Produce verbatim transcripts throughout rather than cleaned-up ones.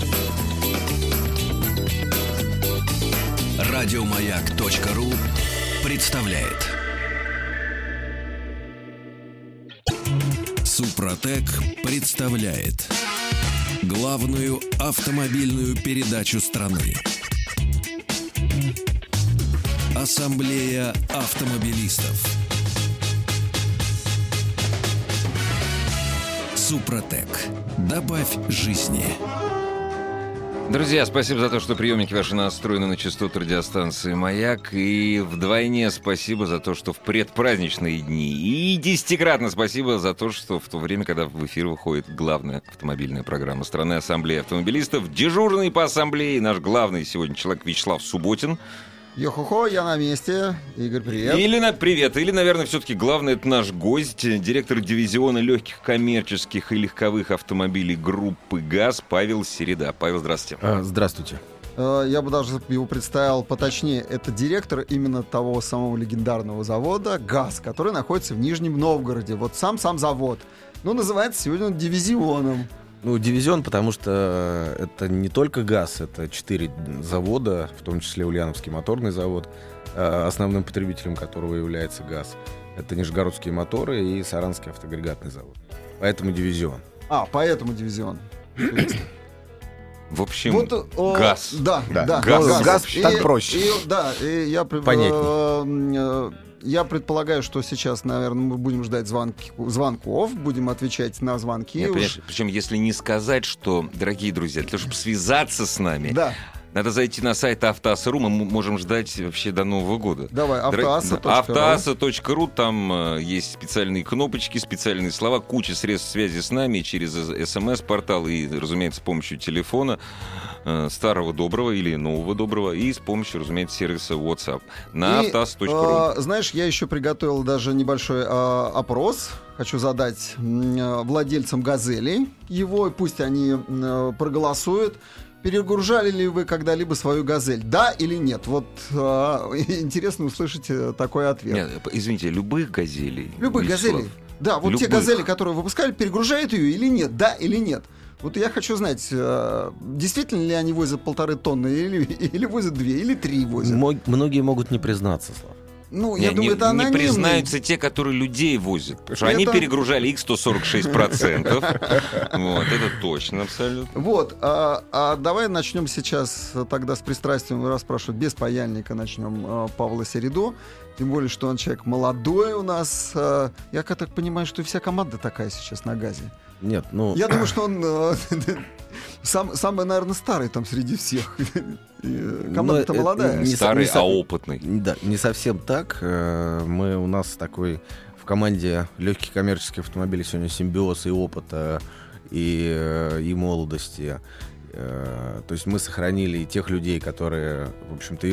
Радиомаяк.ру представляет. Супротек представляет главную автомобильную передачу страны. Ассамблея автомобилистов. Супротек. Добавь жизни. Друзья, спасибо за то, что приемники ваши настроены на частоту радиостанции «Маяк». И вдвойне спасибо за то, что в предпраздничные дни. И десятикратно спасибо за то, что в то время, когда в эфир выходит главная автомобильная программа страны «Ассамблея автомобилистов», дежурный по ассамблее наш главный сегодня человек Вячеслав Субботин. Йо-хо-хо, я на месте. Игорь, привет. Или, на, привет. Или, наверное, все-таки главный — это наш гость, директор дивизиона легких коммерческих и легковых автомобилей группы ГАЗ Павел Середа. Павел, здравствуйте. А, здравствуйте. Я бы даже его представил поточнее. Это директор именно того самого легендарного завода ГАЗ, который находится в Нижнем Новгороде. Вот сам-сам завод. Ну, называется сегодня он дивизионом. Ну, дивизион, потому что это не только ГАЗ, это четыре завода, в том числе Ульяновский моторный завод, основным потребителем которого является ГАЗ. Это Нижегородские моторы и Саранский автоагрегатный завод. Поэтому дивизион. А, поэтому дивизион. В общем, вот, о, ГАЗ. Да, да, да. ГАЗ, ГАЗ, ГАЗ и, так проще. И, да, и я... Понятней. Я предполагаю, что сейчас, наверное, мы будем ждать звонки, звонков, будем отвечать на звонки. Нет, причем, если не сказать, что, дорогие друзья, для того, чтобы связаться с нами, да. Надо зайти на сайт Автоаса.ру, мы можем ждать вообще до Нового года. Давай, автоаса.ру. Автоаса.ру, там э, есть специальные кнопочки, специальные слова, куча средств связи с нами через СМС-портал и, разумеется, с помощью телефона э, старого доброго или нового доброго и с помощью, разумеется, сервиса WhatsApp на автоаса.ру. Э, знаешь, я еще приготовил даже небольшой э, опрос. Хочу задать э, владельцам «Газелей» его, пусть они э, проголосуют. Перегружали ли вы когда-либо свою «Газель»? Да или нет? Вот э, интересно услышать такой ответ. Нет, извините, любых «Газелей»? Любых Вячеслав. «Газелей». Да, вот любых. Те «Газели», которые выпускали, перегружают ее или нет? Да или нет? Вот я хочу знать, э, действительно ли они возят полторы тонны, или, или возят две, или три возят? Многие могут не признаться, Слав. Ну, не, я думаю, не, это анонимно. Не признаются те, которые людей возят. Потому что это... они перегружали их сто сорок шесть процентов. Вот, это точно, абсолютно. Вот, а, а давай начнем сейчас тогда с пристрастием расспрашивать, без паяльника начнем а, Павла Середу. Тем более, что он человек молодой у нас. А, я как так понимаю, что и вся команда такая сейчас на ГАЗе. Нет, ну... Я думаю, что он а, сам, самый, наверное, старый там среди всех. Команда-то молодая. Не старый, не а опытный. Да, не совсем так. Мы, у нас такой в команде легких коммерческих автомобилей сегодня симбиоз и опыта, и, и молодости. То есть мы сохранили и тех людей, которые, в общем-то,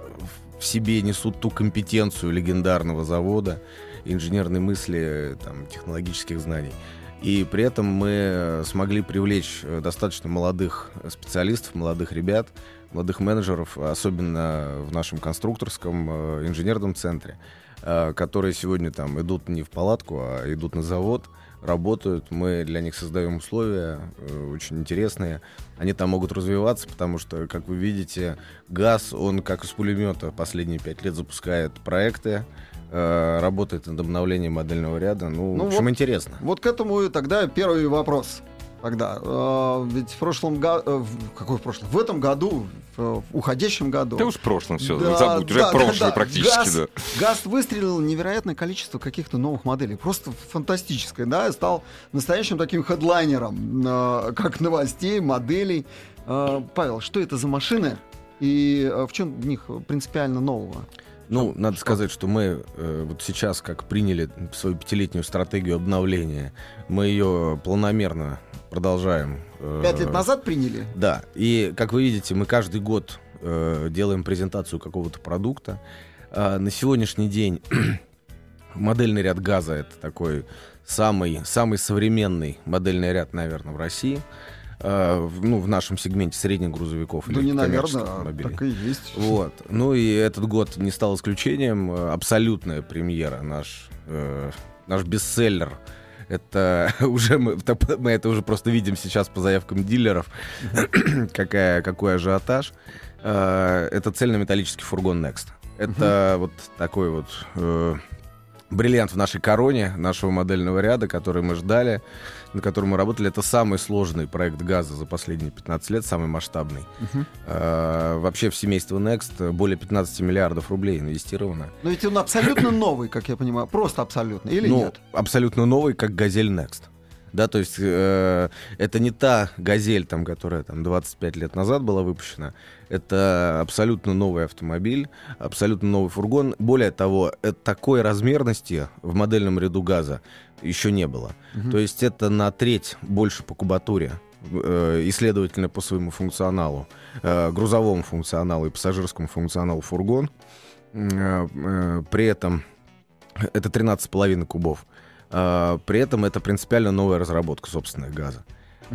в себе несут ту компетенцию легендарного завода, инженерной мысли, там, технологических знаний. И при этом мы смогли привлечь достаточно молодых специалистов, молодых ребят, молодых менеджеров, особенно в нашем конструкторском инженерном центре, которые сегодня там идут не в палатку, а идут на завод, работают. Мы для них создаем условия очень интересные. Они там могут развиваться, потому что, как вы видите, ГАЗ, он как из пулемета последние пять лет запускает проекты, работает над обновлением модельного ряда. Ну, ну в общем, вот, интересно. Вот к этому и тогда первый вопрос. Тогда. Э, ведь в прошлом году... Э, какой в прошлом? В этом году, в, в уходящем году... Да уж в прошлом все, да, забудь, да, уже да, прошлое да, практически, ГАЗ, да. ГАЗ выстрелил невероятное количество каких-то новых моделей. Просто фантастическое, да? Стал настоящим таким хедлайнером, э, как новостей, моделей. Э, Павел, что это за машины? И э, в чем в них принципиально нового? Ну, надо сказать, что мы э, вот сейчас, как приняли свою пятилетнюю стратегию обновления, мы ее планомерно продолжаем. Э, Пять лет назад приняли? Да. И, как вы видите, мы каждый год э, делаем презентацию какого-то продукта. А на сегодняшний день модельный ряд ГАЗа — это такой самый, самый современный модельный ряд, наверное, в России. Uh, ну, в нашем сегменте средних грузовиков. Да не, наверное, так и есть. Вот. Ну и этот год не стал исключением. Абсолютная премьера. Наш, э, наш бестселлер Это уже мы, мы это уже просто видим сейчас по заявкам дилеров, какая, какой ажиотаж. Это цельнометаллический фургон Next. Это вот такой вот э, бриллиант в нашей короне, нашего модельного ряда, который мы ждали, на котором мы работали. Это самый сложный проект газа за последние пятнадцать лет, самый масштабный. Uh-huh. Э, вообще в семейство Next более пятнадцать миллиардов рублей инвестировано. Но ведь он абсолютно новый, как я понимаю, просто абсолютно, или ну, нет? Абсолютно новый, как «Газель Next». Да, то есть э, это не та «Газель», там, которая там, двадцать пять лет назад была выпущена. Это абсолютно новый автомобиль, абсолютно новый фургон. Более того, такой размерности в модельном ряду газа еще не было. Uh-huh. То есть это на треть больше по кубатуре э, и, следовательно, по своему функционалу, э, грузовому функционалу и пассажирскому функционалу фургон. Э, э, при этом это тринадцать с половиной кубов. Uh, при этом это принципиально новая разработка собственных газа, uh-huh.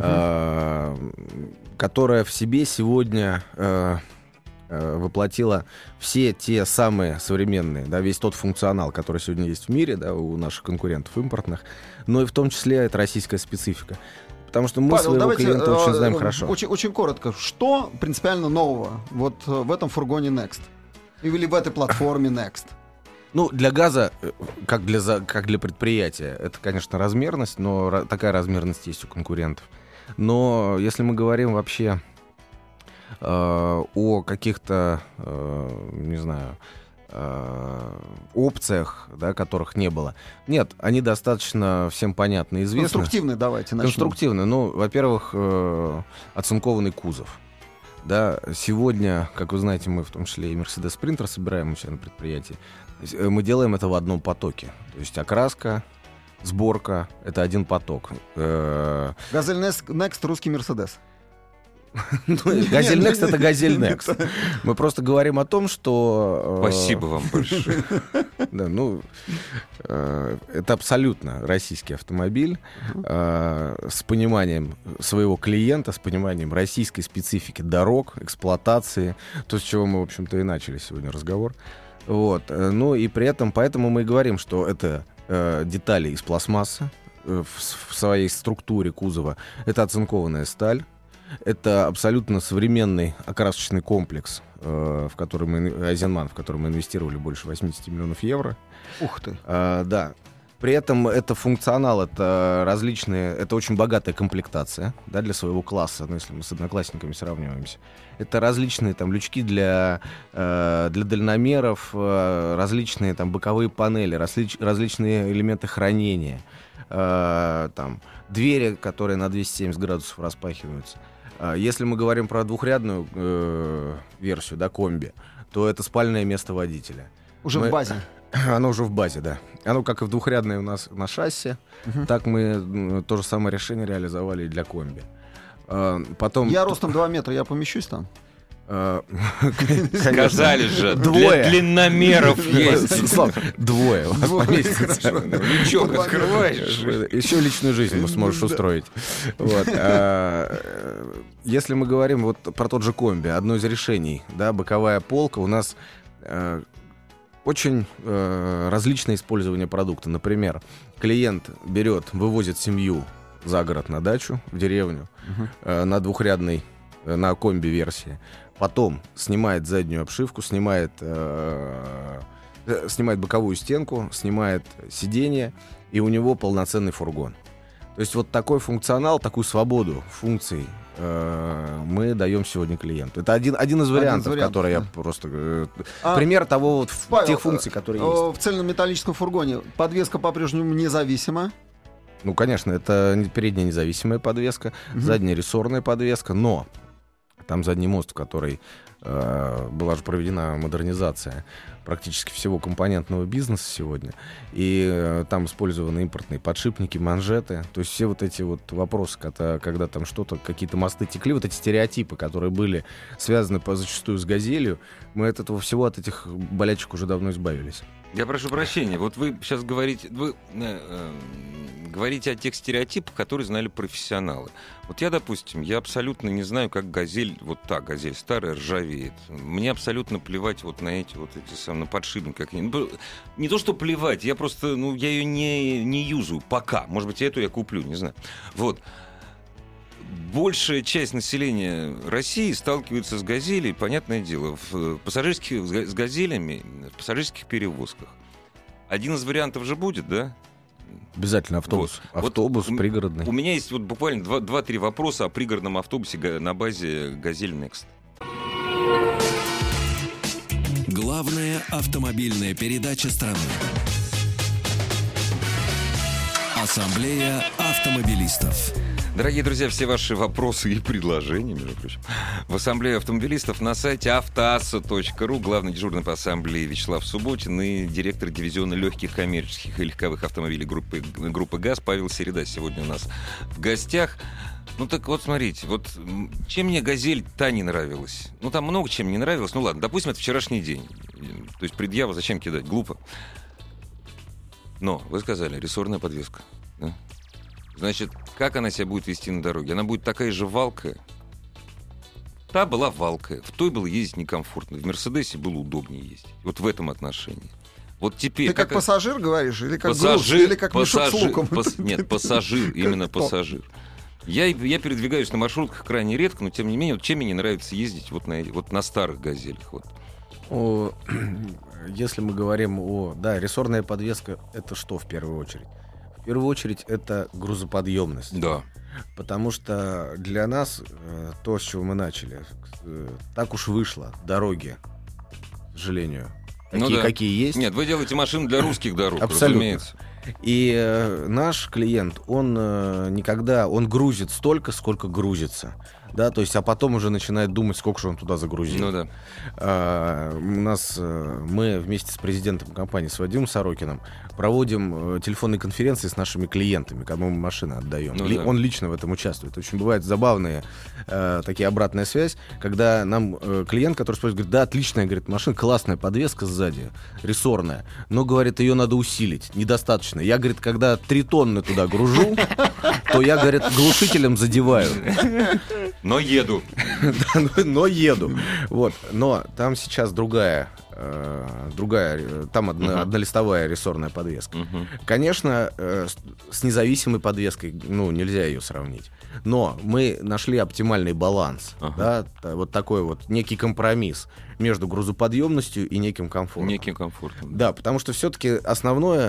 uh, которая в себе сегодня uh, uh, воплотила все те самые современные, да, весь тот функционал, который сегодня есть в мире, да, у наших конкурентов импортных, но и в том числе это российская специфика. Потому что мы Павел, своего давайте, клиента очень э, знаем хорошо. Очень, очень коротко. Что принципиально нового вот в этом фургоне Next? Или в этой платформе Next? Ну, для газа, как для, как для предприятия, это, конечно, размерность, но ра- такая размерность есть у конкурентов. Но если мы говорим вообще э, о каких-то, э, не знаю, э, опциях, да, которых не было, нет, они достаточно всем понятны и известны. Конструктивные давайте начнем. Конструктивные. Ну, во-первых, э, оцинкованный кузов. Да, сегодня, как вы знаете, мы в том числе и Mercedes Sprinter собираем у себя на предприятии. Мы делаем это в одном потоке. То есть окраска, сборка — это один поток. Газель Next, русский Мерседес. Газель Next — это Газель Next. Мы просто говорим о том, что... Спасибо вам большое. Да, ну, это абсолютно российский автомобиль с пониманием своего клиента, с пониманием российской специфики дорог, эксплуатации, то, с чего мы, в общем-то, и начали сегодня разговор. Вот. Ну и при этом, поэтому мы и говорим, что это э, детали из пластмассы э, в, в своей структуре кузова. Это оцинкованная сталь. Это абсолютно современный окрасочный комплекс, э, в который мы, Айзенман, в который мы инвестировали больше восемьдесят миллионов евро. Ух ты. Э, да. При этом это функционал, это различные, это очень богатая комплектация, да, для своего класса, ну, если мы с одноклассниками сравниваемся. Это различные там лючки для, э, для дальномеров, э, различные там боковые панели, различ, различные элементы хранения, э, там двери, которые на двести семьдесят градусов распахиваются. Э, если мы говорим про двухрядную э, версию, да, комби, то это спальное место водителя. Уже мы... в базе. Оно уже в базе, да. Оно как и в двухрядное у нас на шасси, uh-huh. так мы то же самое решение реализовали и для комби. А, потом... Я ростом два метра, я помещусь там? Сказали же, для длинномеров есть. Двое. Лючок открываешь. Еще личную жизнь сможешь устроить. Если мы говорим вот про тот же комби, одно из решений, да, боковая полка, у нас очень э, различное использование продукта. Например, клиент берет, вывозит семью за город на дачу, в деревню, uh-huh. э, на двухрядной, э, на комби-версии. Потом снимает заднюю обшивку, снимает, э, э, снимает боковую стенку, снимает сиденье, и у него полноценный фургон. То есть вот такой функционал, такую свободу функций мы даем сегодня клиенту. Это один, один из вариантов, один из который да. я просто... Э, а, пример того, вот, Павел, тех функций, которые э, есть. В цельнометаллическом фургоне подвеска по-прежнему независима? Ну, конечно, это передняя независимая подвеска, угу. задняя рессорная подвеска, но там задний мост, в который э, была же проведена модернизация практически всего компонентного бизнеса сегодня. И э, там использованы импортные подшипники, манжеты. То есть все вот эти вот вопросы, когда, когда там что-то, какие-то мосты текли, вот эти стереотипы, которые были связаны по, зачастую с «Газелью», мы от этого всего, от этих болячек уже давно избавились. Я прошу прощения, вот вы сейчас говорите, вы, э, э, говорите о тех стереотипах, которые знали профессионалы. Вот я, допустим, я абсолютно не знаю, как «Газель», вот та «Газель» старая, ржавеет. Мне абсолютно плевать вот на эти вот эти самые, на подшипники. Как они. Ну, не то, что плевать, я просто, ну, я ее не, не юзаю пока. Может быть, эту я куплю, не знаю. Вот. Большая часть населения России сталкивается с «Газелей», понятное дело, в пассажирских, с «Газелями» в пассажирских перевозках. Один из вариантов же будет, да? Обязательно автобус. Вот. Автобус вот пригородный. У меня есть вот буквально два-три вопроса о пригородном автобусе на базе «Газель Next». Главная автомобильная передача страны. Ассамблея автомобилистов. Дорогие друзья, все ваши вопросы и предложения, между прочим, в Ассамблею автомобилистов на сайте автоасса точка ру. Главный дежурный по Ассамблее Вячеслав Субботин и директор дивизиона легких коммерческих и легковых автомобилей группы, группы ГАЗ Павел Середа сегодня у нас в гостях. Ну так вот, смотрите, вот чем мне «Газель»-то не нравилась? Ну там много чем не нравилось. Ну ладно, допустим, это вчерашний день. То есть предъяву зачем кидать? Глупо. Но, вы сказали, рессорная подвеска. Да? Значит, как она себя будет вести на дороге? Она будет такая же валкая. Та была валкая. В той было ездить некомфортно. В «Мерседесе» было удобнее ездить. Вот в этом отношении. Вот теперь... Ты как, как пассажир говоришь? Или как пассажир, груз? Или как пассажир, мешок с луком? Пас, нет, пассажир. Именно пассажир. Я, я передвигаюсь на маршрутках крайне редко, но тем не менее, вот чем мне не нравится ездить вот на, вот на старых «Газелях». Вот. О, если мы говорим о... Да, рессорная подвеска — это что в первую очередь? В первую очередь это грузоподъемность. Да. Потому что для нас то, с чего мы начали, так уж вышло. Дороги, к сожалению. Такие, ну да. какие есть. Нет, вы делаете машину для русских дорог, абсолютно. Разумеется. И э, наш клиент, он э, никогда, он грузит столько, сколько грузится. Да, то есть, а потом уже начинает думать, сколько же он туда загрузил. Ну да. А, у нас, мы вместе с президентом компании, с Вадимом Сорокиным, проводим телефонные конференции с нашими клиентами, кому мы машины отдаем. Ну, Ли, да. Он лично в этом участвует. Очень бывает забавные э, такие обратная связь, когда нам э, клиент, который спрашивает, говорит, да, отличная, говорит, машина, классная подвеска сзади, рессорная, но, говорит, ее надо усилить, недостаточно. Я, говорит, когда три тонны туда гружу, то я, говорит, глушителем задеваю. Но еду. Но еду. Вот. Но там сейчас другая, э, другая, там одна, uh-huh. однолистовая рессорная подвеска. Uh-huh. Конечно, э, с независимой подвеской, ну, нельзя ее сравнить. Но мы нашли оптимальный баланс, uh-huh. да, вот такой вот некий компромисс между грузоподъемностью и неким комфортом. Неким комфортом. Да, потому что все-таки основное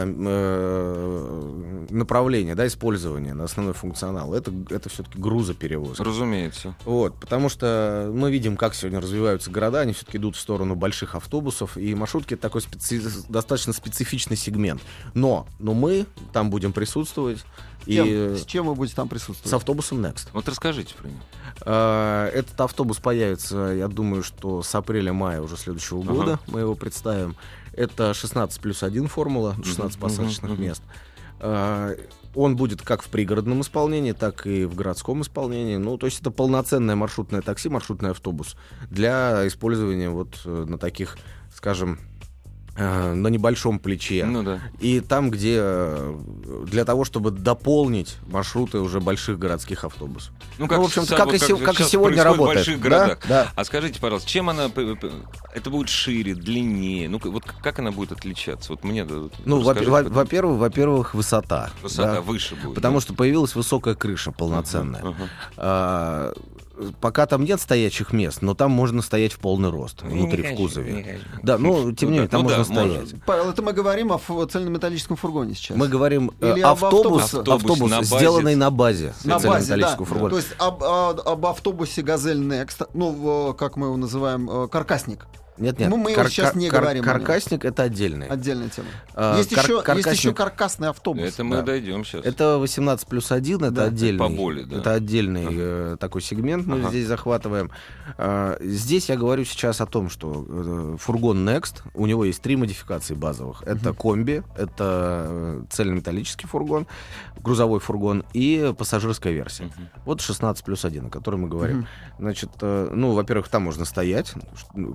э, направление, да, использования, основной функционал, это, это все-таки грузоперевозка. Разумеется. Вот, потому что мы видим, как сегодня развиваются города, они все-таки идут в сторону больших автобусов, и маршрутки — это такой специ... достаточно специфичный сегмент. Но, но мы там будем присутствовать. Кем? И... С чем вы будете там присутствовать? С автобусом Next. Вот расскажите про него. Этот автобус появится, я думаю, что с апреля-мая уже следующего ага. года мы его представим. Это шестнадцать плюс один формула, шестнадцать uh-huh, посадочных uh-huh, мест. Uh, он будет как в пригородном исполнении, так и в городском исполнении. Ну, то есть это полноценное маршрутное такси, маршрутный автобус для использования вот на таких, скажем, на небольшом плече. Ну, да. И там, где для того, чтобы дополнить маршруты уже больших городских автобусов. Ну, как, ну, в общем-то, с, как, вот, и, как, как и сегодня работает. В больших городах. Да? Да. А скажите, пожалуйста, чем она... Это будет шире, длиннее? Ну, вот как она будет отличаться? Вот мне... Ну, во- во- во-первых, во-первых, высота. Высота да? выше будет. Потому да? что появилась высокая крыша полноценная. Uh-huh, uh-huh. А, пока там нет стоячих мест, но там можно стоять в полный рост не внутри, не в кузове. Не не да, ну, тем не менее, там ну, можно да, стоять. можно. Павел, это мы говорим о ф- цельнометаллическом фургоне сейчас. Мы говорим Или э, автобус, автобус, автобус на базе, сделанный на базе на базе, цельнометаллического да. фургона. То есть об, об, об автобусе «Газель Next», ну, как мы его называем, каркасник. Нет, нет. Ну, мы кар- его сейчас не кар- говорим. Каркасник — это отдельный. Отдельная тема. А, есть, кар- еще, каркасник... есть еще каркасный автобус. Это мы да. дойдем сейчас. Это восемнадцать плюс один, это Да, отдельный. поболее, да. Это отдельный ага. э, такой сегмент мы ага. здесь захватываем. А, здесь я говорю сейчас о том, что э, фургон Next, у него есть три модификации базовых. Это uh-huh. комби, это цельнометаллический фургон, грузовой фургон и пассажирская версия. Uh-huh. Вот шестнадцать плюс один, о которой мы говорим. Uh-huh. Значит, э, ну, во-первых, там можно стоять, комфорт.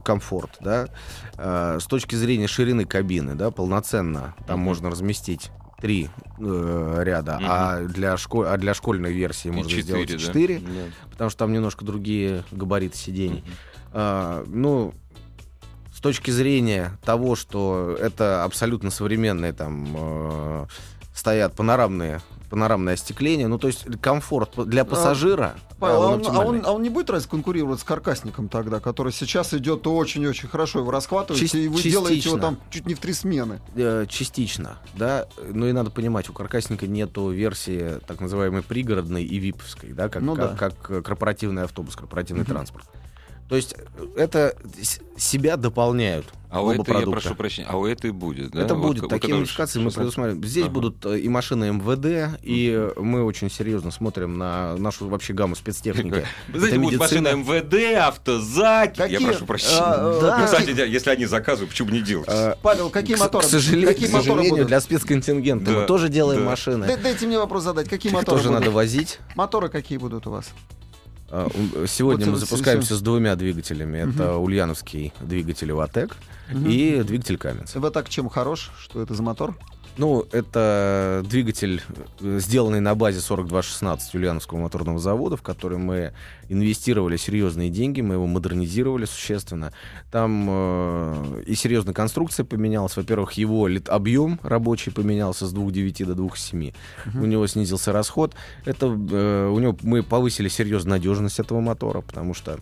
комфорт, да, э, с точки зрения ширины кабины, да, полноценно там mm-hmm. можно разместить три э, ряда, mm-hmm. а, для школь... а для школьной версии и можно четыре, сделать четыре, да? Потому что там немножко другие габариты сидений. Mm-hmm. А, ну, с точки зрения того, что это абсолютно современные, там э, стоят панорамные панорамное остекление, ну то есть комфорт для пассажира. А, Павел, а, он, а, он, а он не будет раз конкурировать с каркасником тогда, который сейчас идет очень-очень хорошо, его расхватываете, Чис- и вы частично. делаете его там чуть не в три смены. Частично, да. Ну и надо понимать, у каркасника нету версии так называемой пригородной и виповской, да, как, ну, как, да. как корпоративный автобус, корпоративный uh-huh. транспорт. То есть это себя дополняют. А у этой, я прошу прощения, а у этой будет, да? Это вот, будет, вот, такие модификации мы предусматриваем. Здесь ага. будут и машины эм вэ дэ, и мы очень серьезно смотрим на нашу вообще гамму спецтехники. Вы знаете, будут машины эм вэ дэ, автозаки. Я прошу прощения. Кстати, если они заказывают, почему бы не делать? Павел, какие моторы? К сожалению, для спецконтингента мы тоже делаем машины. Дайте мне вопрос задать. Какие моторы тоже надо возить. Моторы какие будут у вас? Сегодня вот мы запускаемся с двумя двигателями. Это угу. ульяновский двигатель Ватек угу. и двигатель Каменс. Ватек чем хорош? Что это за мотор? Ну, это двигатель, сделанный на базе сорок два шестнадцать Ульяновского моторного завода, в который мы инвестировали серьезные деньги, мы его модернизировали существенно. Там э, и серьезная конструкция поменялась. Во-первых, его объем рабочий поменялся с двух целых девяти до двух целых семи. Uh-huh. У него снизился расход. Это, э, у него мы повысили серьезную надежность этого мотора, потому что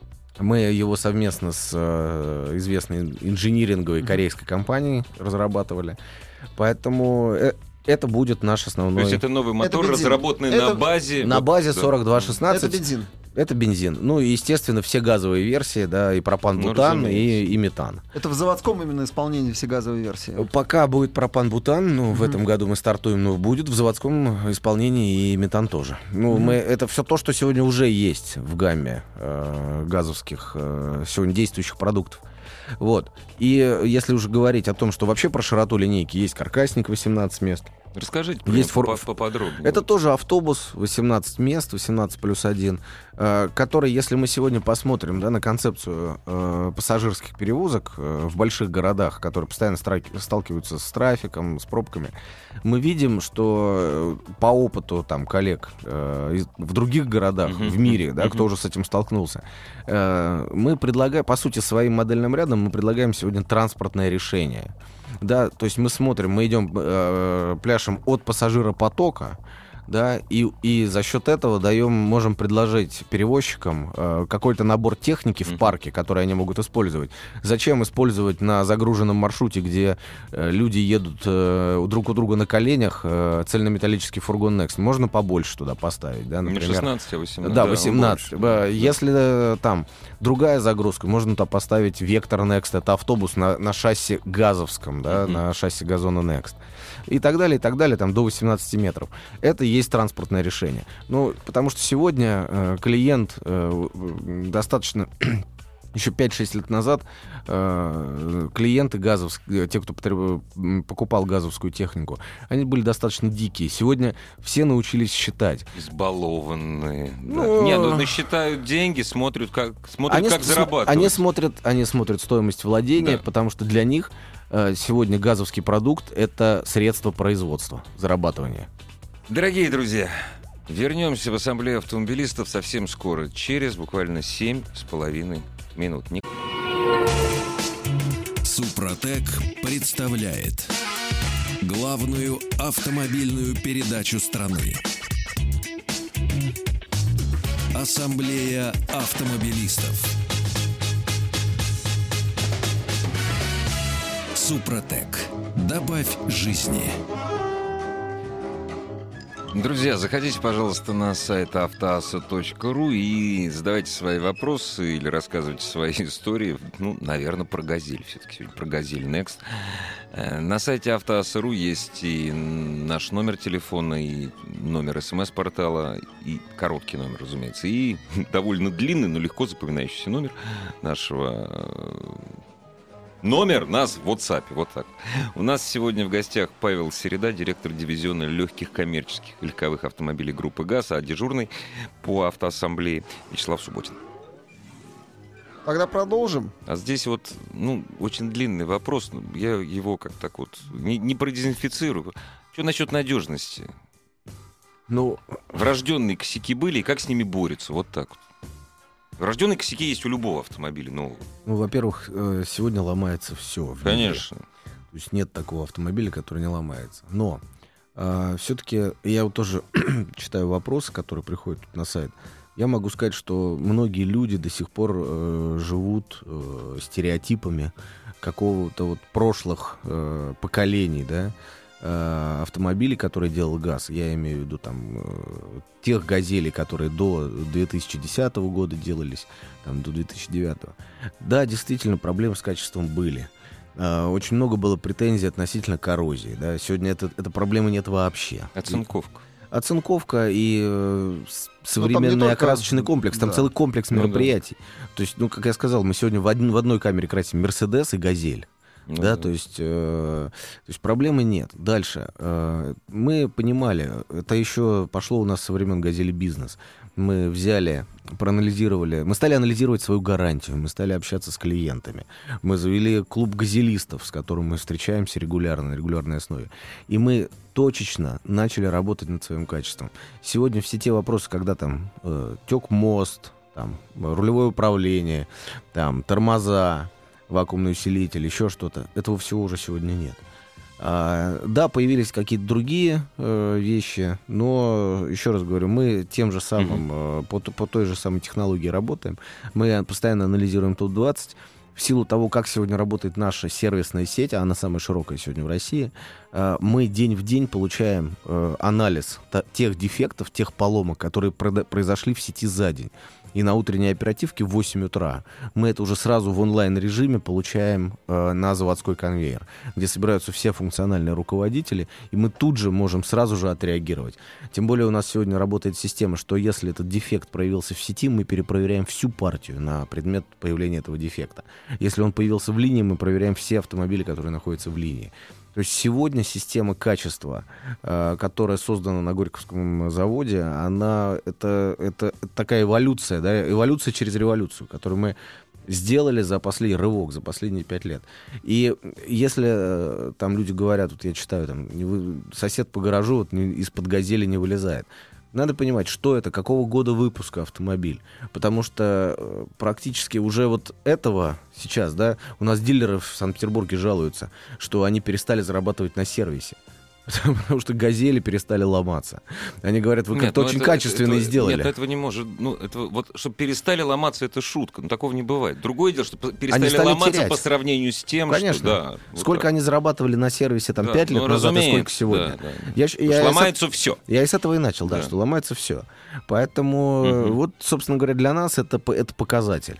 мы его совместно с э, известной инжиниринговой корейской компанией разрабатывали. Поэтому э, это будет наш основной... То есть это новый мотор, это разработанный это... на базе... На базе сорок два шестнадцать. Это бензин. Это бензин. Ну и, естественно, все газовые версии, да, и пропан-бутан, ну, и, и метан. Это в заводском именно исполнении все газовые версии? Пока будет пропан-бутан, ну, mm-hmm. в этом году мы стартуем, но будет в заводском исполнении и метан тоже. Ну, mm-hmm. мы, это все то, что сегодня уже есть в гамме э, газовских, э, сегодня действующих продуктов. Вот. И если уже говорить о том, что вообще про широту линейки, есть каркасник восемнадцать мест. Расскажите есть фор... поподробнее. Это тоже автобус восемнадцать мест, восемнадцать плюс один, э, который, если мы сегодня посмотрим, да, на концепцию э, пассажирских перевозок э, в больших городах, которые постоянно стра... сталкиваются с трафиком, с пробками, мы видим, что э, по опыту там, коллег э, в других городах uh-huh. в мире, да, uh-huh. кто уже с этим столкнулся, э, мы предлагаем, по сути, своим модельным рядом мы предлагаем сегодня транспортное решение. Да, то есть мы смотрим, мы идем, э, пляшем от пассажиропотока, да, и, и за счет этого даем, можем предложить перевозчикам э, какой-то набор техники в парке, который они могут использовать. Зачем использовать на загруженном маршруте, где э, люди едут э, друг у друга на коленях, э, цельнометаллический фургон Next? Можно побольше туда поставить, да, например. Не шестнадцать, а восемнадцать. Да, восемнадцать. Да, больше, если э, там другая загрузка, можно туда поставить Vector Next, это автобус на, на шасси газовском, да, mm-hmm. на шасси газона Next. И так далее, и так далее, там до восемнадцати метров. Это и есть транспортное решение. Ну, потому что сегодня э, клиент э, достаточно... Еще пять-шесть лет назад э, клиенты газовские, те, кто потреб... покупал газовскую технику, они были достаточно дикие. Сегодня все научились считать. Избалованные. Ну, да. Не, ну считают деньги, смотрят, как, смотрят, они как с... зарабатывать. Они смотрят, они смотрят стоимость владения, да. потому что для них э, сегодня газовский продукт — это средство производства, зарабатывания. Дорогие друзья, вернемся в Ассамблею автомобилистов совсем скоро, через буквально семь с половиной минут. Супротек представляет главную автомобильную передачу страны. Ассамблея автомобилистов. Супротек. Добавь жизни. Друзья, заходите, пожалуйста, на сайт автоаса точка ру и задавайте свои вопросы или рассказывайте свои истории. Ну, наверное, про «Газель». Все-таки сегодня про «Газель Next». На сайте автоаса точка ру есть и наш номер телефона, и номер смс-портала, и короткий номер, разумеется, и довольно длинный, но легко запоминающийся номер нашего... Номер нас в WhatsApp, вот так. У нас сегодня в гостях Павел Середа, директор дивизиона легких коммерческих легковых автомобилей группы ГАЗ, а дежурный по автоассамблее Вячеслав Субботин. Тогда продолжим. А здесь вот, ну, очень длинный вопрос. Я его как так вот не, не продезинфицирую. Что насчет надежности? Ну, Врожденные косяки были, и как с ними борются? Вот так вот. Врожденные косяки есть у любого автомобиля нового. ну, во-первых, э, сегодня ломается все. Конечно. То есть нет такого автомобиля, который не ломается. Но э, все-таки я вот тоже читаю вопросы, которые приходят тут на сайт. Я могу сказать, что многие люди до сих пор э, живут э, стереотипами какого-то вот прошлых э, поколений, да, э, автомобилей, которые делал ГАЗ. Я имею в виду там э, тех «Газелей», которые до две тысячи десятого года делались, там, до две тысячи девятого. Да, действительно, проблемы с качеством были. Э, очень много было претензий относительно коррозии. Да. Сегодня это, этой проблемы нет вообще. Оцинковка. Оцинковка и э, современный только... окрасочный комплекс. Там да. целый комплекс Ну, мероприятий. Да. То есть, ну, как я сказал, мы сегодня в, один, в одной камере красим «Мерседес» и «Газель». Ну, да, да. то есть, э, то есть проблемы нет. Дальше. Э, мы понимали, это еще пошло у нас со времен «Газели» бизнес. Мы взяли, проанализировали, мы стали анализировать свою гарантию, мы стали общаться с клиентами. Мы завели клуб газелистов, с которым мы встречаемся регулярно, на регулярной основе. И мы точечно начали работать над своим качеством. Сегодня все те вопросы, когда там э, тек мост, там, рулевое управление, там, тормоза, вакуумный усилитель, еще что-то, этого всего уже сегодня нет. А, да, появились какие-то другие э, вещи, но, еще раз говорю, мы тем же самым, э, по, по той же самой технологии работаем. Мы постоянно анализируем топ двадцать. В силу того, как сегодня работает наша сервисная сеть, а она самая широкая сегодня в России, э, мы день в день получаем э, анализ та, тех дефектов, тех поломок, которые прода- произошли в сети за день. И на утренней оперативке в восемь утра мы это уже сразу в онлайн-режиме получаем э, на заводской конвейер, где собираются все функциональные руководители, и мы тут же можем сразу же отреагировать. Тем более у нас сегодня работает система, что если этот дефект проявился в сети, мы перепроверяем всю партию на предмет появления этого дефекта. Если он появился в линии, мы проверяем все автомобили, которые находятся в линии. То есть сегодня система качества, э, которая создана на Горьковском заводе, она это, это такая эволюция, да, эволюция через революцию, которую мы сделали за последний рывок, за последние пять лет. И если э, там люди говорят, вот я читаю, там, не вы, сосед по гаражу вот, не, из-под «Газели» не вылезает. Надо понимать, что это, какого года выпуска автомобиль. Потому что э, практически уже вот этого сейчас, да, у нас дилеры в Санкт-Петербурге жалуются, что они перестали зарабатывать на сервисе. Потому что «Газели» перестали ломаться. Они говорят, вы как-то ну очень это, качественные это, сделали. Нет, этого не может. Ну, это, вот, чтобы перестали ломаться, это шутка. Но такого не бывает. Другое дело, что перестали стали ломаться терять. по сравнению с тем, Конечно. что... Да, вот сколько так. они зарабатывали на сервисе там Да, пять ну, лет назад, и сколько разумеется, сегодня. да, да. Я, Потому я, что я, ломается все. Я и с этого и начал, да, Да. что ломается все. Поэтому Мгм. вот, собственно говоря, для нас это, п- это показатель.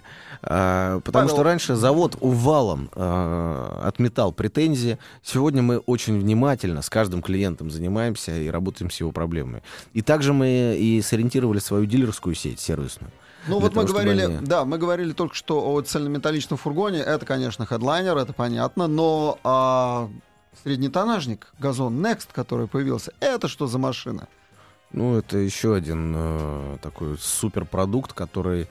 А, потому Павел. что раньше завод увалом а, отметал претензии. Сегодня мы очень внимательно с каждым клиентом занимаемся и работаем с его проблемами. И также мы и сориентировали свою дилерскую сеть сервисную. Ну Для вот мы того, чтобы говорили, они- да, мы говорили только что о цельнометаллическом фургоне. Это, конечно, хедлайнер, это понятно, но а, среднетоннажник, газон Next, который появился, это что за машина? Ну, это еще один э, такой суперпродукт, который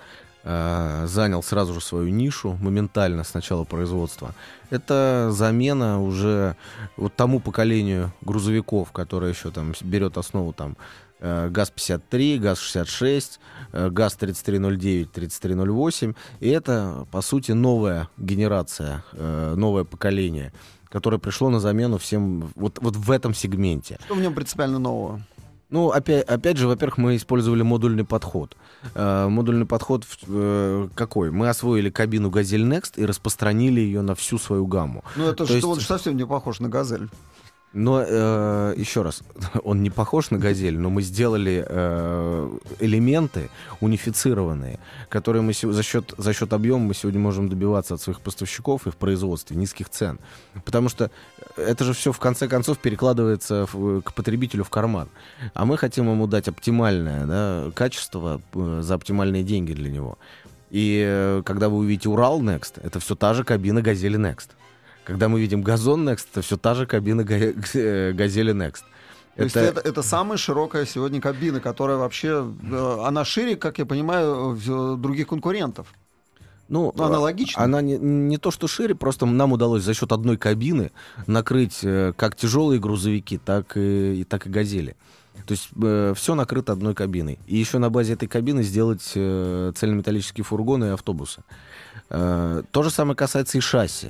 э, занял сразу же свою нишу моментально с начала производства. Это замена уже вот тому поколению грузовиков, которое еще там берет основу там э, ГАЗ пятьдесят три, ГАЗ шестьдесят шесть, э, ГАЗ тридцать три ноль девять, тридцать три ноль восемь. И это, по сути, новая генерация, э, новое поколение, которое пришло на замену всем вот, вот в этом сегменте. Что в нем принципиально нового? Ну, опять, опять же, во-первых, мы использовали модульный подход. Э, модульный подход э, какой? Мы освоили кабину «Газель Next» и распространили ее на всю свою гамму. Ну это То что есть- он совсем не похож на «Газель». Но, э, еще раз, он не похож на «Газель», но мы сделали э, элементы унифицированные, которые мы се- за счет, за счет объема мы сегодня можем добиваться от своих поставщиков и в производстве низких цен. Потому что это же все в конце концов перекладывается в- к потребителю в карман. А мы хотим ему дать оптимальное, да, качество э, за оптимальные деньги для него. И э, когда вы увидите «Урал Next», это все та же кабина «Газели Next». Когда мы видим «Газон Next», это все та же кабина га- э, «Газели Next». То есть это, это самая широкая сегодня кабина, которая вообще, э, она шире, как я понимаю, в- других конкурентов. Ну, Ну, аналогично. Она не, не то что шире, просто нам удалось за счет одной кабины накрыть э, как тяжелые грузовики, так и, и, так и «Газели». То есть э, все накрыто одной кабиной. И еще на базе этой кабины сделать э, цельнометаллические фургоны и автобусы. Э, то же самое касается и шасси.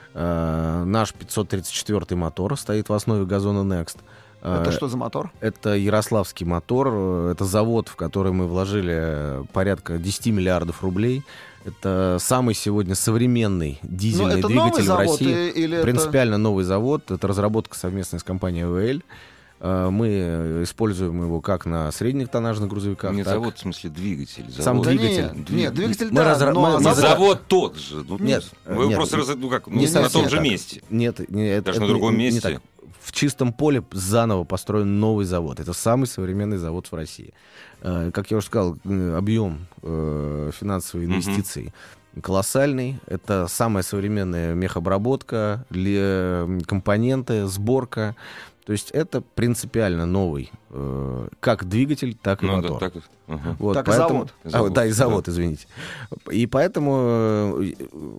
Э, наш пятьсот тридцать четвёртый мотор стоит в основе «Газона Next». Это что за мотор? Это ярославский мотор. Это завод, в который мы вложили порядка десять миллиардов рублей. Это самый сегодня современный дизельный это двигатель в России. Или Принципиально это... новый завод. Это разработка совместная с компанией эй ви эл. Мы используем его как на средних тоннажных грузовиках. Не так... завод, в смысле двигатель. Завод. Сам да двигатель. Нет, нет, двигатель, мы да, разра... но мы... завод... Завод тот же. Ну, нет, вы нет, просто раз... ну, как, ну, не на том же так. месте. Нет, нет, Даже это на другом не, месте. Не так. В чистом поле заново построен новый завод. Это самый современный завод в России. Как я уже сказал, объем финансовых инвестиций mm-hmm. колоссальный. Это самая современная мехобработка, компоненты, сборка. То есть это принципиально новый э, как двигатель, так и ну, мотор. Да, так, uh-huh. вот, так поэтому... и завод. А, да, и завод, да. извините. И поэтому э,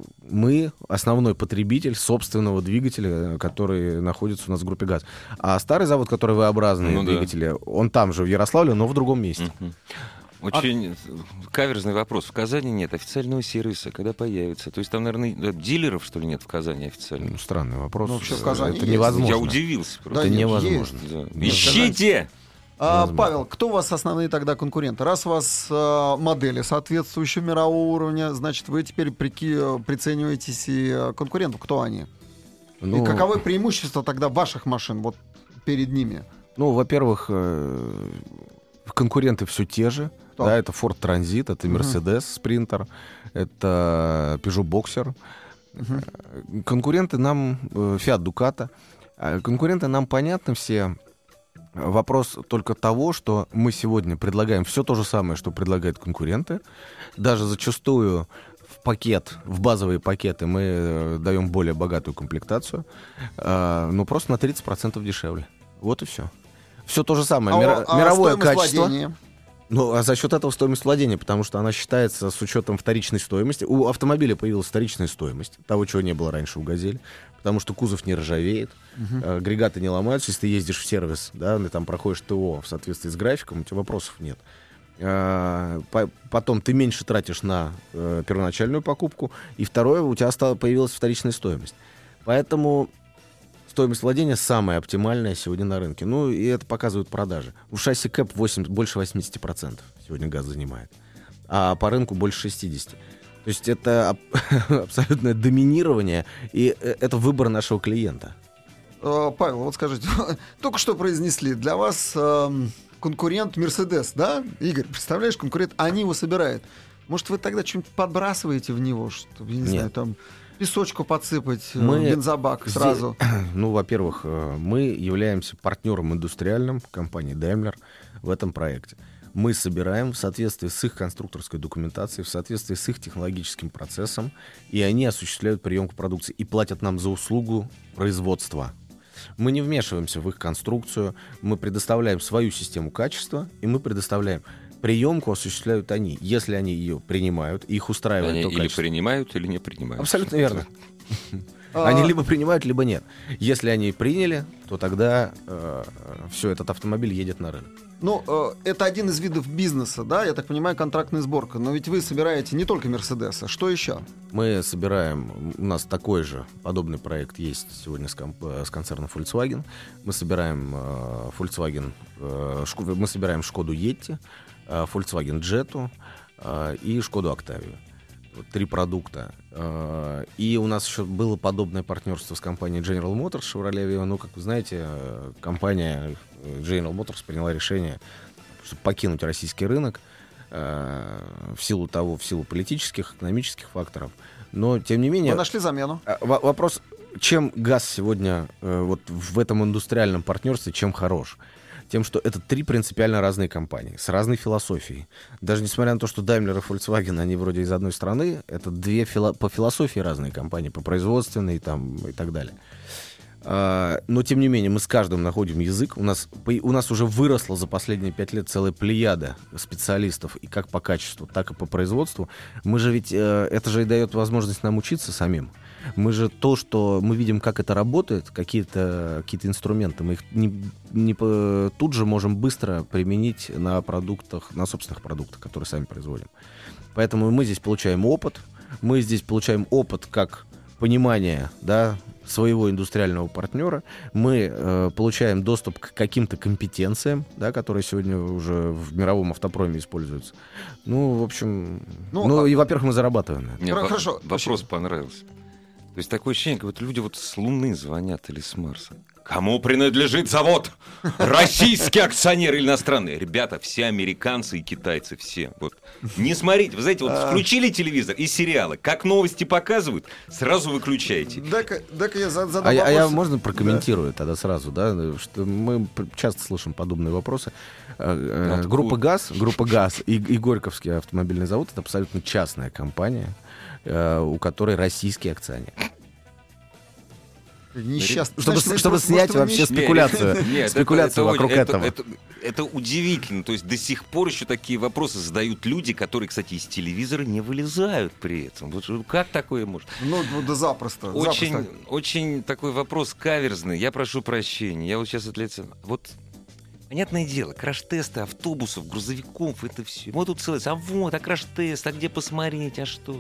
мы основной потребитель собственного двигателя, который находится у нас в группе ГАЗ. А старый завод, который V-образные ну, двигатели, да. он там же, в Ярославле, но в другом месте. Uh-huh. Очень а... каверзный вопрос. В Казани нет официального сервиса. Когда появится? То есть там, наверное, дилеров, что ли, нет в Казани официально? Ну, странный вопрос. Ну, вообще в Казани это есть. невозможно. Я удивился. Просто. Да, это нет, невозможно. Да. Ищите! А, Павел, кто у вас основные тогда конкуренты? Раз у вас а, модели соответствующего мирового уровня, значит, вы теперь прики, прицениваетесь и конкурентов. Кто они? Ну... И каковы преимущества тогда ваших машин вот перед ними? Ну, во-первых, э- конкуренты все те же. Так. Да, это Ford Transit, это Mercedes Sprinter, это Peugeot Boxer. Uh-huh. Конкуренты нам Fiat Ducato. Конкуренты нам понятны все. Вопрос только того, что мы сегодня предлагаем все то же самое, что предлагают конкуренты. Даже зачастую в пакет, в базовые пакеты мы даем более богатую комплектацию, но просто на тридцать процентов дешевле. Вот и все. Все то же самое. А, Мира, а мировое качество. Владения? Ну, а за счет этого стоимость владения, потому что она считается с учетом вторичной стоимости. У автомобиля появилась вторичная стоимость, того, чего не было раньше у «Газели», потому что кузов не ржавеет, uh-huh. агрегаты не ломаются. Если ты ездишь в сервис, да, ты там проходишь ТО в соответствии с графиком, у тебя вопросов нет. А, по- потом ты меньше тратишь на э, первоначальную покупку, и второе, у тебя стала, появилась вторичная стоимость. Поэтому... Стоимость владения самая оптимальная сегодня на рынке. Ну, и это показывают продажи. У шасси КЭП восемь, больше восемьдесят процентов сегодня ГАЗ занимает. А по рынку больше шестьдесят процентов. То есть это абсолютное доминирование, и это выбор нашего клиента. Павел, вот скажите, только что произнесли, для вас э, конкурент Mercedes, да? Игорь, представляешь, конкурент, они его собирают. Может, вы тогда что-нибудь подбрасываете в него, чтобы, я не Нет. знаю, там... песочку подсыпать, мы бензобак сразу. Здесь, ну, во-первых, мы являемся партнером индустриальным компании Daimler в этом проекте. Мы собираем в соответствии с их конструкторской документацией, в соответствии с их технологическим процессом, и они осуществляют приемку продукции и платят нам за услугу производства. Мы не вмешиваемся в их конструкцию, мы предоставляем свою систему качества, и мы предоставляем... Приемку осуществляют они. Если они ее принимают, их устраивает они то или качество. принимают, или не принимают. Абсолютно верно. Они либо принимают, либо нет. Если они приняли, то тогда э, все, этот автомобиль едет на рынок. Ну, э, это один из видов бизнеса, да, я так понимаю, контрактная сборка. Но ведь вы собираете не только Мерседеса. Что еще? Мы собираем, у нас такой же подобный проект есть сегодня с, комп, с концерном Volkswagen. Мы собираем э, Volkswagen, э, шку, мы собираем Шкоду Yeti, э, Volkswagen Jetta э, и Шкоду Octavia. Вот три продукта. Э, и у нас еще было подобное партнерство с компанией General Motors, Chevrolet Aveo. Ну, как вы знаете, компания General Motors приняла решение, чтобы покинуть российский рынок э, в силу того, в силу политических, экономических факторов. Но, тем не менее... Вы нашли замену? В- вопрос, чем ГАЗ сегодня э, вот в этом индустриальном партнерстве, чем хорош? Тем, что это три принципиально разные компании с разной философией. Даже несмотря на то, что Daimler и Volkswagen, они вроде из одной страны, это две фило- по философии разные компании, по производственной там, и так далее. Но, тем не менее, мы с каждым находим язык. У нас, у нас уже выросла за последние пять лет целая плеяда специалистов, и как по качеству, так и по производству. Мы же ведь, это же и дает возможность нам учиться самим. Мы же то, что мы видим, как это работает, какие-то, какие-то инструменты, мы их не, не, тут же можем быстро применить на продуктах, на собственных продуктах, которые сами производим. Поэтому мы здесь получаем опыт. Мы здесь получаем опыт как понимание, да, своего индустриального партнера, мы э, получаем доступ к каким-то компетенциям, да, которые сегодня уже в мировом автопроме используются. Ну, в общем, ну, ну а... и, во-первых, мы зарабатываем. Мне Хорошо. По- вопрос понравился. То есть такое ощущение, как будто люди вот с Луны звонят или с Марса. Кому принадлежит завод? Российский акционер или иностранный? Ребята, все американцы и китайцы, все. Вот. Не смотрите, вы знаете, вот включили телевизор и сериалы, как новости показывают, сразу выключайте. Так я задам а, а я, можно прокомментирую да. тогда сразу, да? Что мы часто слышим подобные вопросы. Откуда? Группа ГАЗ, группа ГАЗ и, и Горьковский автомобильный завод — это абсолютно частная компания, у которой российский акционер. Несчастный. Чтобы, Знаешь, чтобы снять вообще спекуляцию, нет, нет, спекуляцию это, вокруг это, этого. Это, это, это удивительно. То есть до сих пор еще такие вопросы задают люди, которые, кстати, из телевизора не вылезают при этом. Вот как такое может? Ну, да запросто. Очень, запросто. очень такой вопрос каверзный. Я прошу прощения. Я вот сейчас отвлекся. Вот понятное дело, краш-тесты автобусов, грузовиков, это все. Вот тут целое. А вот, а краш-тест, а где посмотреть, а что?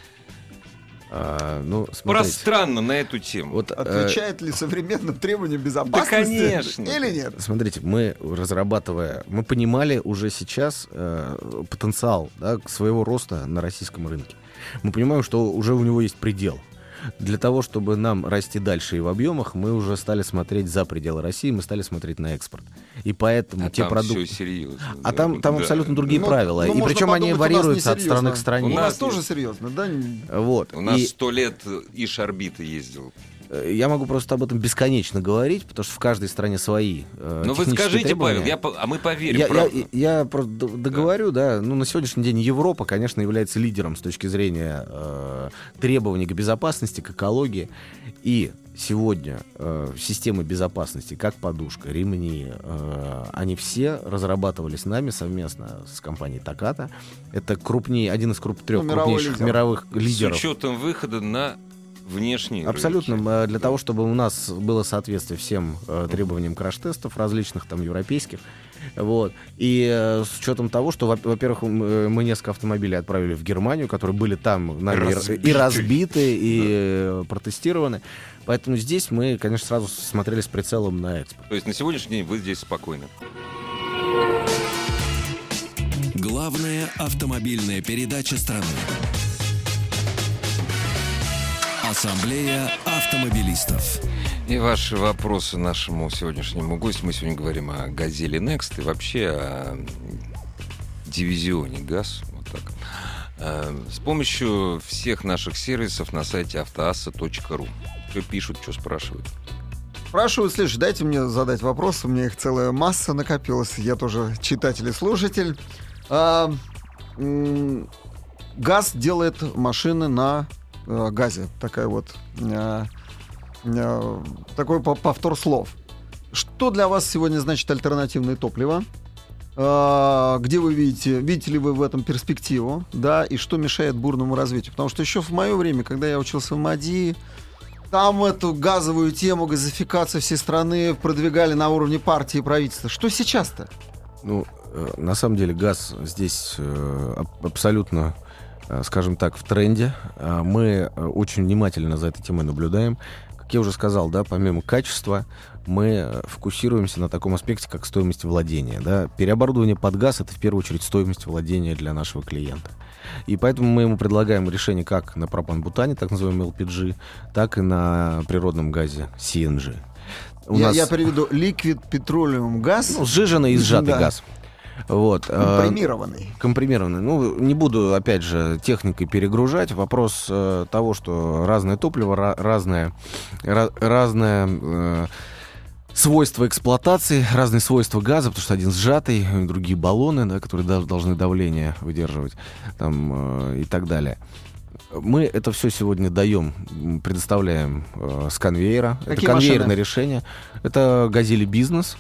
А, ну, Пространно на эту тему. Вот, Отвечает э... ли современным требованиям безопасности? Да, конечно. Или нет? Смотрите, мы, разрабатывая, мы понимали уже сейчас э, потенциал, да, своего роста на российском рынке. Мы понимаем, что уже у него есть предел. Для того, чтобы нам расти дальше и в объемах, мы уже стали смотреть за пределы России, мы стали смотреть на экспорт. И поэтому а те там продукты... все серьезно. А да, там, там да. абсолютно другие ну, правила. Ну, и причем они варьируются от страны к стране. У нас тоже серьезно, да? Вот. У нас сто и... лет Иш-орбита ездил. Я могу просто об этом бесконечно говорить, потому что в каждой стране свои э, Ну вы скажите, требования. Павел, я, а мы поверим, я, правда. Я, я просто договорю, да. да. Ну, на сегодняшний день Европа, конечно, является лидером с точки зрения э, требований к безопасности, к экологии. И сегодня э, системы безопасности, как подушка, ремни, э, они все разрабатывались нами совместно с компанией Takata. Это крупнее, один из круп, трех ну, крупнейших лидер. мировых лидеров. С учетом выхода на внешние Абсолютно. рынки. Для того, чтобы у нас было соответствие всем э, требованиям краш-тестов различных, там, европейских. Вот. И э, с учетом того, что, во- во-первых, мы несколько автомобилей отправили в Германию, которые были там нами разбиты. и разбиты, и э, протестированы. Поэтому здесь мы, конечно, сразу смотрели с прицелом на экспорт. То есть на сегодняшний день вы здесь спокойны? Главная автомобильная передача страны. Ассамблея автомобилистов. И ваши вопросы нашему сегодняшнему гостю. Мы сегодня говорим о «Газели Next» и вообще о дивизионе ГАЗ. Вот так. С помощью всех наших сервисов на сайте автоасса точка ру. Что пишут, что спрашивают? Спрашивают, слушай, дайте мне задать вопрос. У меня их целая масса накопилась. Я тоже читатель и слушатель. А, м- ГАЗ делает машины на газе. Такая вот э, э, такой повтор слов. Что для вас сегодня значит альтернативное топливо? Э, где вы видите, видите ли вы в этом перспективу? Да, и что мешает бурному развитию? Потому что еще в мое время, когда я учился в МАДИ, там эту газовую тему, газификацию всей страны продвигали на уровне партии и правительства. Что сейчас-то? Ну, э, на самом деле газ здесь э, абсолютно, скажем так, в тренде. Мы очень внимательно за этой темой наблюдаем. Как я уже сказал, да, помимо качества, мы фокусируемся на таком аспекте, как стоимость владения. Да. Переоборудование под газ — это в первую очередь стоимость владения для нашего клиента. И поэтому мы ему предлагаем решение как на пропан-бутане, так называемый эл пи джи, так и на природном газе си эн джи. У я, нас... я приведу Liquid Petroleum Gas. Ну, сжиженный и сжатый да. газ. Вот. Компримированный. Компримированный. Ну, не буду, опять же, техникой перегружать. Вопрос э, того, что разное топливо, ra- разное, ra- разное э, свойства эксплуатации, разные свойства газа, потому что один сжатый, другие баллоны, да, которые должны давление выдерживать там, э, и так далее. Мы это все сегодня даем, предоставляем э, с конвейера. Какие это конвейерное машины? решение. Это «Газели Бизнес».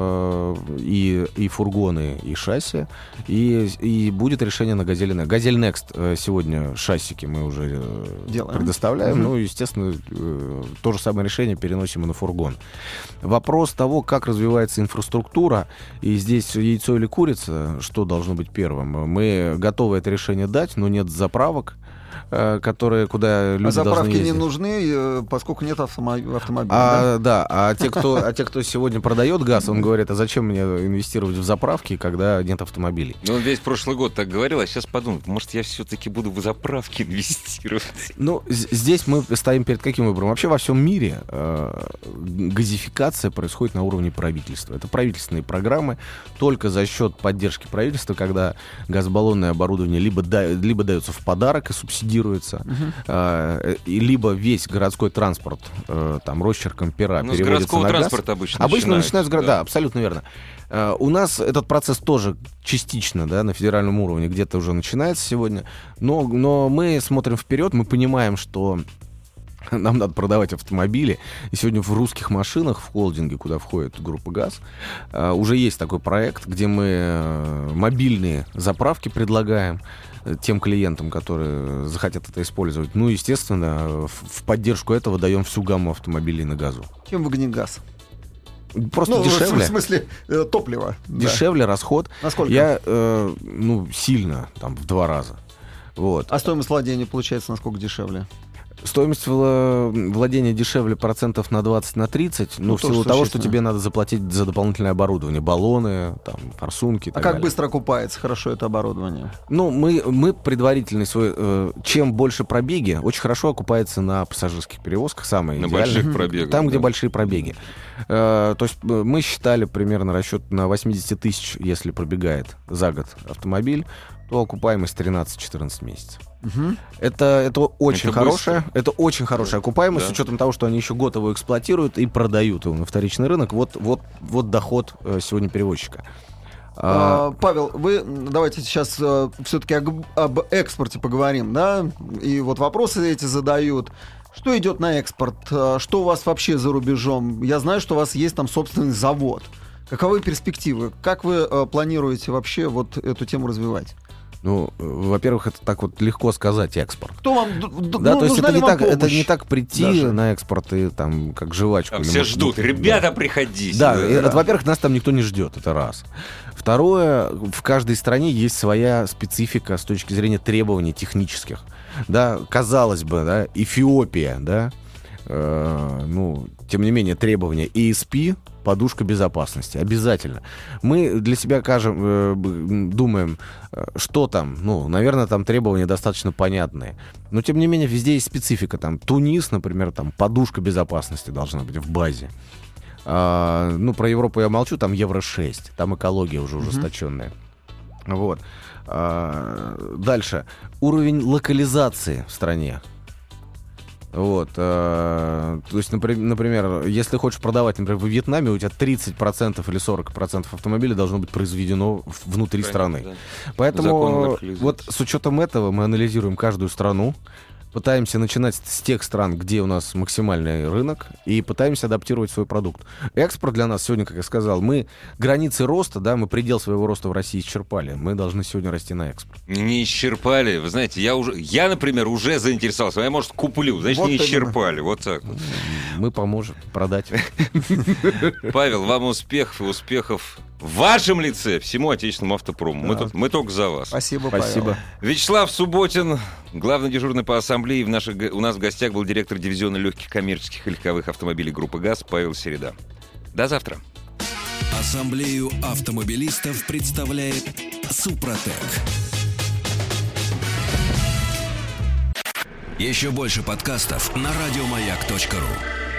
И, и фургоны, и шасси, и, и будет решение на «Газели Next». «Газель Next» сегодня шассики мы уже Делаем. предоставляем. Mm-hmm. Ну, естественно, то же самое решение переносим и на фургон. Вопрос того, как развивается инфраструктура, и здесь яйцо или курица, что должно быть первым. Мы готовы это решение дать, но нет заправок, которые, куда люди а заправки должны ездить. не нужны, поскольку нет автомобиля. А, да? да, а те, кто, а те, кто сегодня продает газ, он говорит, а зачем мне инвестировать в заправки, когда нет автомобилей? Ну, он весь прошлый год так говорил, а сейчас подумал, может, я все-таки буду в заправки инвестировать. Ну, здесь мы стоим перед каким выбором? Вообще во всем мире э, газификация происходит на уровне правительства. Это правительственные программы. Только за счет поддержки правительства, когда газобаллонное оборудование либо, да, либо дается в подарок и субсидируется, Uh-huh. э, и либо весь городской транспорт э, там росчерком пера ну, переводится на газ. С городского транспорта обычно Обычно начинают с да. города, да, абсолютно верно. Э, у нас этот процесс тоже частично, да, на федеральном уровне где-то уже начинается сегодня, но, но мы смотрим вперед, мы понимаем, что нам надо продавать автомобили. И сегодня в русских машинах, в холдинге, куда входит группа ГАЗ, uh, уже есть такой проект, где мы uh, мобильные заправки предлагаем тем клиентам, которые захотят это использовать. Ну, естественно, в, в поддержку этого даем всю гамму автомобилей на газу. Чем выгоднее газ? Просто ну, дешевле. В смысле э, топлива. Дешевле, да. Расход. Насколько? Я, э, ну, сильно, там, в два раза. Вот. А стоимость владения получается насколько дешевле? Стоимость владения дешевле процентов на двадцать на тридцать, ну, ну в силу того, что тебе надо заплатить за дополнительное оборудование, баллоны, там, форсунки и а так как далее. Быстро окупается хорошо это оборудование? Ну, мы, мы предварительный свой... Э, чем больше пробеги, очень хорошо окупается на пассажирских перевозках, самое на идеальное. больших пробегах. Там, да. где большие пробеги. Э, то есть мы считали примерно расчет на восемьдесят тысяч, если пробегает за год автомобиль, то окупаемость тринадцать-четырнадцать месяцев. Угу. Это, это очень это хорошая, это очень хорошая окупаемость, да. с учетом того, что они еще год его эксплуатируют и продают его на вторичный рынок. Вот, вот, вот доход э, сегодня перевозчика. А, Павел, вы давайте сейчас э, все-таки об, об экспорте поговорим, да? И вот вопросы эти задают. Что идет на экспорт? Что у вас вообще за рубежом? Я знаю, что у вас есть там собственный завод. Каковы перспективы? Как вы э, планируете вообще вот эту тему развивать? Ну, во-первых, это так вот легко сказать, экспорт. Кто вам, д- да, ну, то есть это не, так, это не помощь? так прийти Даже. на экспорт и там как жвачку. А или все может, ждут, ну, ребята, да. приходите. Да, да, это, да. во-первых, нас там никто не ждет, это раз. Второе, в каждой стране есть своя специфика с точки зрения требований технических. Да, казалось бы, да, Эфиопия, да, э, ну, тем не менее, требования и эс пи, подушка безопасности, обязательно. Мы для себя кажем, э, думаем, э, что там, ну, наверное, там требования достаточно понятные. Но, тем не менее, везде есть специфика. Там Тунис, например, там подушка безопасности должна быть в базе. А, ну, про Европу я молчу, там евро шесть, там экология уже ужесточенная. Mm-hmm. Вот. А, дальше. Уровень локализации в стране. Вот, э, то есть, например, если хочешь продавать, например, в Вьетнаме, у тебя тридцать процентов или сорок процентов автомобилей должно быть произведено внутри Правильно, страны. Да. Поэтому вот с учетом этого мы анализируем каждую страну, пытаемся начинать с тех стран, где у нас максимальный рынок, и пытаемся адаптировать свой продукт. Экспорт для нас сегодня, как я сказал, мы границы роста, да, мы предел своего роста в России исчерпали. Мы должны сегодня расти на экспорт. Не исчерпали. Вы знаете, я уже, я, например, уже заинтересовался. Я, может, куплю. Значит, вот не исчерпали. Вот так вот. Мы поможем продать. Павел, вам успехов и успехов в вашем лице всему отечественному автопрому. Да. Мы, тут, мы только за вас. Спасибо, Спасибо. Павел. Вячеслав Субботин, главный дежурный по ассамблее. В наших, у нас в гостях был директор дивизиона легких коммерческих и легковых автомобилей группы ГАЗ Павел Середа. До завтра. Ассамблею автомобилистов представляет Супротек. Еще больше подкастов на радиомаяк точка ру.